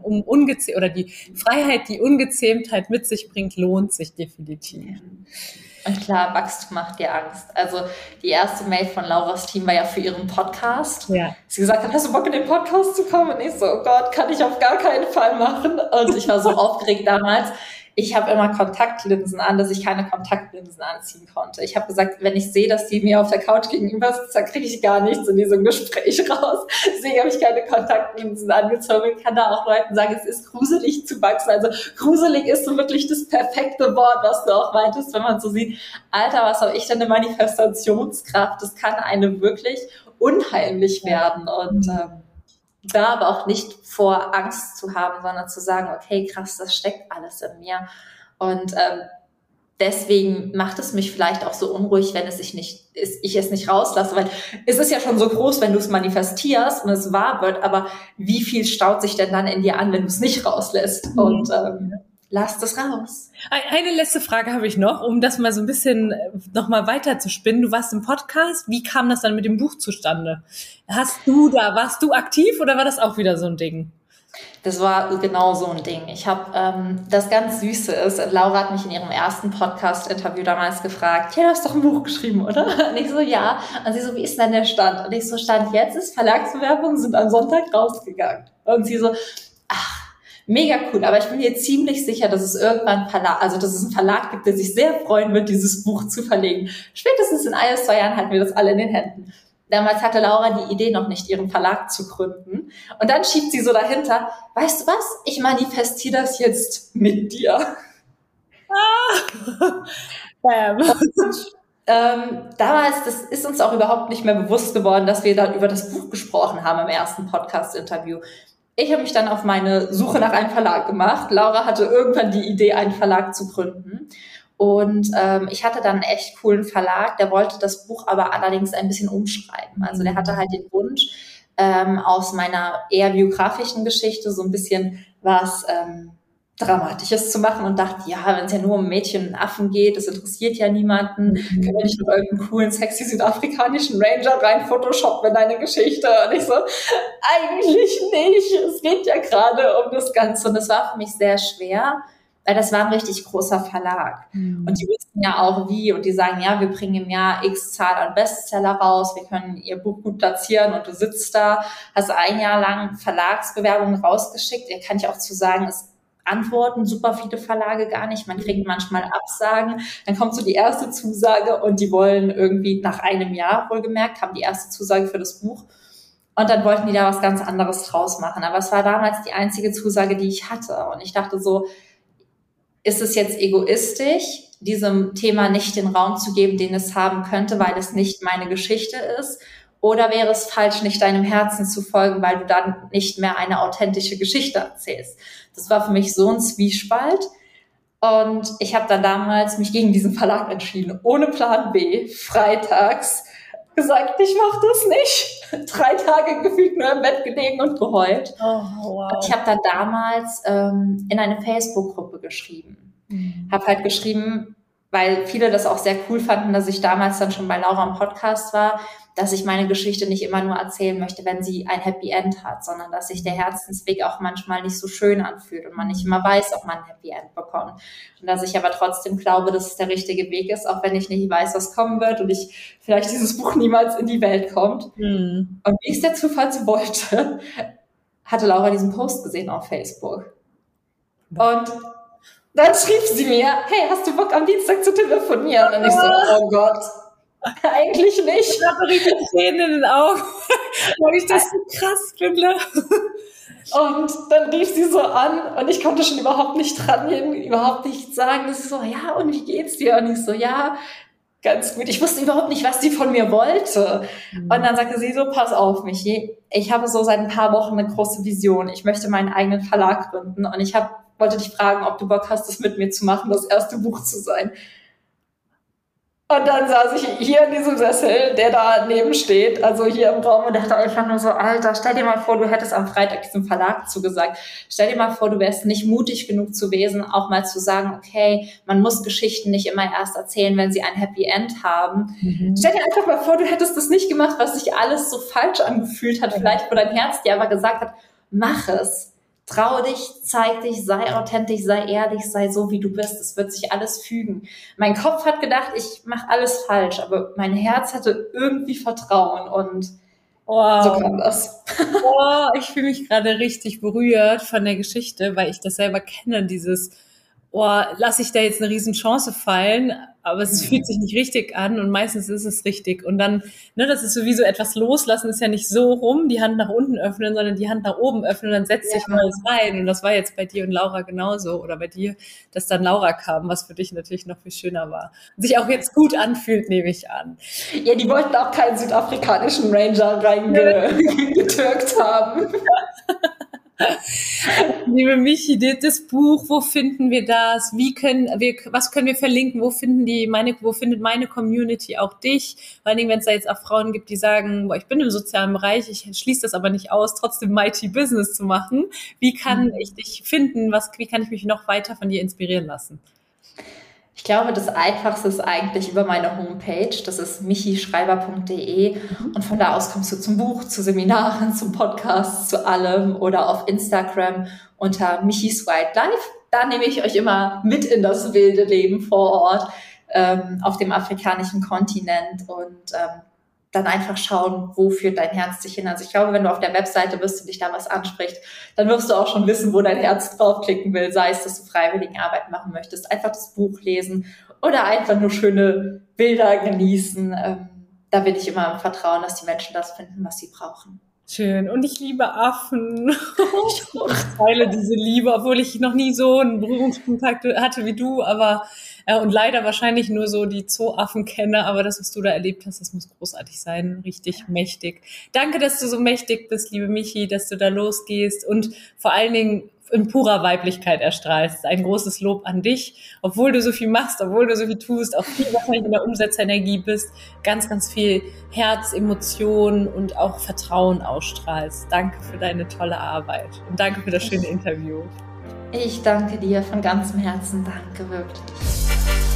B: die Freiheit, die Ungezähmtheit mit sich bringt, lohnt sich definitiv.
A: Und klar, Wachstum macht dir Angst. Also die erste Mail von Lauras Team war ja für ihren Podcast. Ja. Sie gesagt hat, hast du Bock in den Podcast zu kommen? Und ich so, oh Gott, kann ich auf gar keinen Fall machen. Und ich war so aufgeregt damals. Ich habe immer Kontaktlinsen an, dass ich keine Kontaktlinsen anziehen konnte. Ich habe gesagt, wenn ich sehe, dass die mir auf der Couch gegenüber sitzt, dann kriege ich gar nichts in diesem Gespräch raus. Deswegen habe ich keine Kontaktlinsen angezogen. Ich kann da auch Leuten sagen, es ist gruselig zu wachsen. Also gruselig ist so wirklich das perfekte Wort, was du auch meintest, wenn man so sieht, Alter, was habe ich denn eine Manifestationskraft? Das kann eine wirklich unheimlich werden. Und da aber auch nicht vor Angst zu haben, sondern zu sagen, okay, krass, das steckt alles in mir. Und deswegen macht es mich vielleicht auch so unruhig, wenn ich es nicht rauslasse, weil es ist ja schon so groß, wenn du es manifestierst und es wahr wird, aber wie viel staut sich denn dann in dir an, wenn du es nicht rauslässt? Und lass das raus.
B: Eine letzte Frage habe ich noch, um das mal so ein bisschen noch mal weiter zu spinnen. Du warst im Podcast. Wie kam das dann mit dem Buch zustande? Warst du aktiv oder war das auch wieder so ein Ding?
A: Das war genau so ein Ding. Ich habe, das ganz Süße ist, Laura hat mich in ihrem ersten Podcast-Interview damals gefragt, ja, du hast doch ein Buch geschrieben, oder? Und ich so, ja. Und sie so, wie ist denn der Stand? Und ich so, Stand jetzt ist, Verlagsbewerbungen sind am Sonntag rausgegangen. Und sie so, ach, mega cool, aber ich bin mir ziemlich sicher, dass es irgendwann dass es einen Verlag gibt, der sich sehr freuen wird, dieses Buch zu verlegen. Spätestens in 1 bis 2 Jahren halten wir das alle in den Händen. Damals hatte Laura die Idee noch nicht, ihren Verlag zu gründen. Und dann schiebt sie so dahinter, weißt du was, ich manifestiere das jetzt mit dir. Damals, das ist uns auch überhaupt nicht mehr bewusst geworden, dass wir dann über das Buch gesprochen haben im ersten Podcast-Interview. Ich habe mich dann auf meine Suche nach einem Verlag gemacht. Laura hatte irgendwann die Idee, einen Verlag zu gründen. Und ich hatte dann einen echt coolen Verlag, der wollte das Buch aber allerdings ein bisschen umschreiben. Also der hatte halt den Wunsch, aus meiner eher biografischen Geschichte so ein bisschen was Dramatisches zu machen und dachte, ja, wenn es ja nur um Mädchen und Affen geht, das interessiert ja niemanden, können wir nicht noch irgendeinen coolen, sexy südafrikanischen Ranger rein photoshoppen in deine Geschichte? Und ich so, eigentlich nicht, es geht ja gerade um das Ganze. Und das war für mich sehr schwer, weil das war ein richtig großer Verlag. Und die wissen ja auch wie, und die sagen, ja, wir bringen im Jahr X Zahl an Bestseller raus, wir können ihr Buch gut platzieren und du sitzt da, hast 1 Jahr lang Verlagsbewerbungen rausgeschickt. Da kann ich auch zu sagen, es antworten super viele Verlage gar nicht. Man kriegt manchmal Absagen. Dann kommt so die erste Zusage und die wollen irgendwie nach 1 Jahr, wohlgemerkt, kam die erste Zusage für das Buch. Und dann wollten die da was ganz anderes draus machen. Aber es war damals die einzige Zusage, die ich hatte. Und ich dachte so, ist es jetzt egoistisch, diesem Thema nicht den Raum zu geben, den es haben könnte, weil es nicht meine Geschichte ist? Oder wäre es falsch, nicht deinem Herzen zu folgen, weil du dann nicht mehr eine authentische Geschichte erzählst? Das war für mich so ein Zwiespalt. Und ich habe dann damals mich gegen diesen Verlag entschieden, ohne Plan B, freitags gesagt, ich mache das nicht. 3 Tage gefühlt nur im Bett gelegen und geheult. Oh, wow. Und ich habe dann damals in eine Facebook-Gruppe geschrieben. Habe halt geschrieben, weil viele das auch sehr cool fanden, dass ich damals dann schon bei Laura im Podcast war, dass ich meine Geschichte nicht immer nur erzählen möchte, wenn sie ein Happy End hat, sondern dass sich der Herzensweg auch manchmal nicht so schön anfühlt und man nicht immer weiß, ob man ein Happy End bekommt. Und dass ich aber trotzdem glaube, dass es der richtige Weg ist, auch wenn ich nicht weiß, was kommen wird und ich vielleicht dieses Buch niemals in die Welt kommt. Und wie es der Zufall so wollte, hatte Laura diesen Post gesehen auf Facebook. Und dann schrieb sie mir, hey, hast du Bock am Dienstag zu telefonieren? Und ich so, oh Gott. Eigentlich nicht.
B: Ich habe richtig Tränen in den Augen, weil ich das so krass finde.
A: Und dann rief sie so an und ich konnte schon überhaupt nicht dran gehen, überhaupt nichts sagen. Das ist so, ja, und wie geht's dir? Und ich so, ja, Ganz gut. Ich wusste überhaupt nicht, was sie von mir wollte. Und dann sagte sie so, pass auf, Michi, ich habe so seit ein paar Wochen eine große Vision. Ich möchte meinen eigenen Verlag gründen und wollte dich fragen, ob du Bock hast, das mit mir zu machen, das erste Buch zu sein. Und dann saß ich hier in diesem Sessel, der da neben steht, also hier im Raum, und dachte einfach nur so, Alter, stell dir mal vor, du hättest am Freitag diesem Verlag zugesagt. Stell dir mal vor, du wärst nicht mutig genug gewesen, auch mal zu sagen, okay, man muss Geschichten nicht immer erst erzählen, wenn sie ein Happy End haben. Stell dir einfach mal vor, du hättest das nicht gemacht, was sich alles so falsch angefühlt hat, vielleicht wo dein Herz dir aber gesagt hat, mach es. Trau dich, zeig dich, sei authentisch, sei ehrlich, sei so, wie du bist. Es wird sich alles fügen. Mein Kopf hat gedacht, ich mache alles falsch, aber mein Herz hatte irgendwie Vertrauen und so kam das.
B: Ich fühle mich gerade richtig berührt von der Geschichte, weil ich das selber kenne, dieses, lasse ich da jetzt eine Riesenchance fallen, aber es fühlt sich nicht richtig an und meistens ist es richtig. Und dann, das ist sowieso etwas loslassen, ist ja nicht so rum, die Hand nach unten öffnen, sondern die Hand nach oben öffnen und dann setzt sich Neues rein. Und das war jetzt bei dir und Laura genauso oder bei dir, dass dann Laura kam, was für dich natürlich noch viel schöner war. Und sich auch jetzt gut anfühlt, nehme ich an.
A: Ja, die wollten auch keinen südafrikanischen Ranger reingetürkt haben.
B: Liebe Michi, das Buch, wo finden wir das? Was können wir verlinken? Wo findet meine Community auch dich? Vor allen Dingen, wenn es da jetzt auch Frauen gibt, die sagen, ich bin im sozialen Bereich, ich schließe das aber nicht aus, trotzdem Mighty Business zu machen. Wie kann ich dich finden? Wie kann ich mich noch weiter von dir inspirieren lassen?
A: Ich glaube, das Einfachste ist eigentlich über meine Homepage. Das ist michischreiber.de und von da aus kommst du zum Buch, zu Seminaren, zum Podcast, zu allem oder auf Instagram unter Michis Wildlife. Da nehme ich euch immer mit in das wilde Leben vor Ort auf dem afrikanischen Kontinent und dann einfach schauen, wo führt dein Herz dich hin. Also ich glaube, wenn du auf der Webseite bist und dich da was anspricht, dann wirst du auch schon wissen, wo dein Herz draufklicken will, sei es, dass du Freiwilligenarbeit machen möchtest, einfach das Buch lesen oder einfach nur schöne Bilder genießen. Da bin ich immer im Vertrauen, dass die Menschen das finden, was sie brauchen.
B: Schön. Und ich liebe Affen. Ich teile diese Liebe, obwohl ich noch nie so einen Berührungskontakt hatte wie du, aber und leider wahrscheinlich nur so die Zooaffen kenne, aber das, was du da erlebt hast, das muss großartig sein, richtig mächtig. Danke, dass du so mächtig bist, liebe Michi, dass du da losgehst und vor allen Dingen in purer Weiblichkeit erstrahlst. Ein großes Lob an dich, obwohl du so viel machst, obwohl du so viel tust, auch viel wahrscheinlich in der Umsetzerenergie bist, ganz, ganz viel Herz, Emotionen und auch Vertrauen ausstrahlst. Danke für deine tolle Arbeit und danke für das schöne Interview.
A: Ich danke dir von ganzem Herzen. Danke wirklich.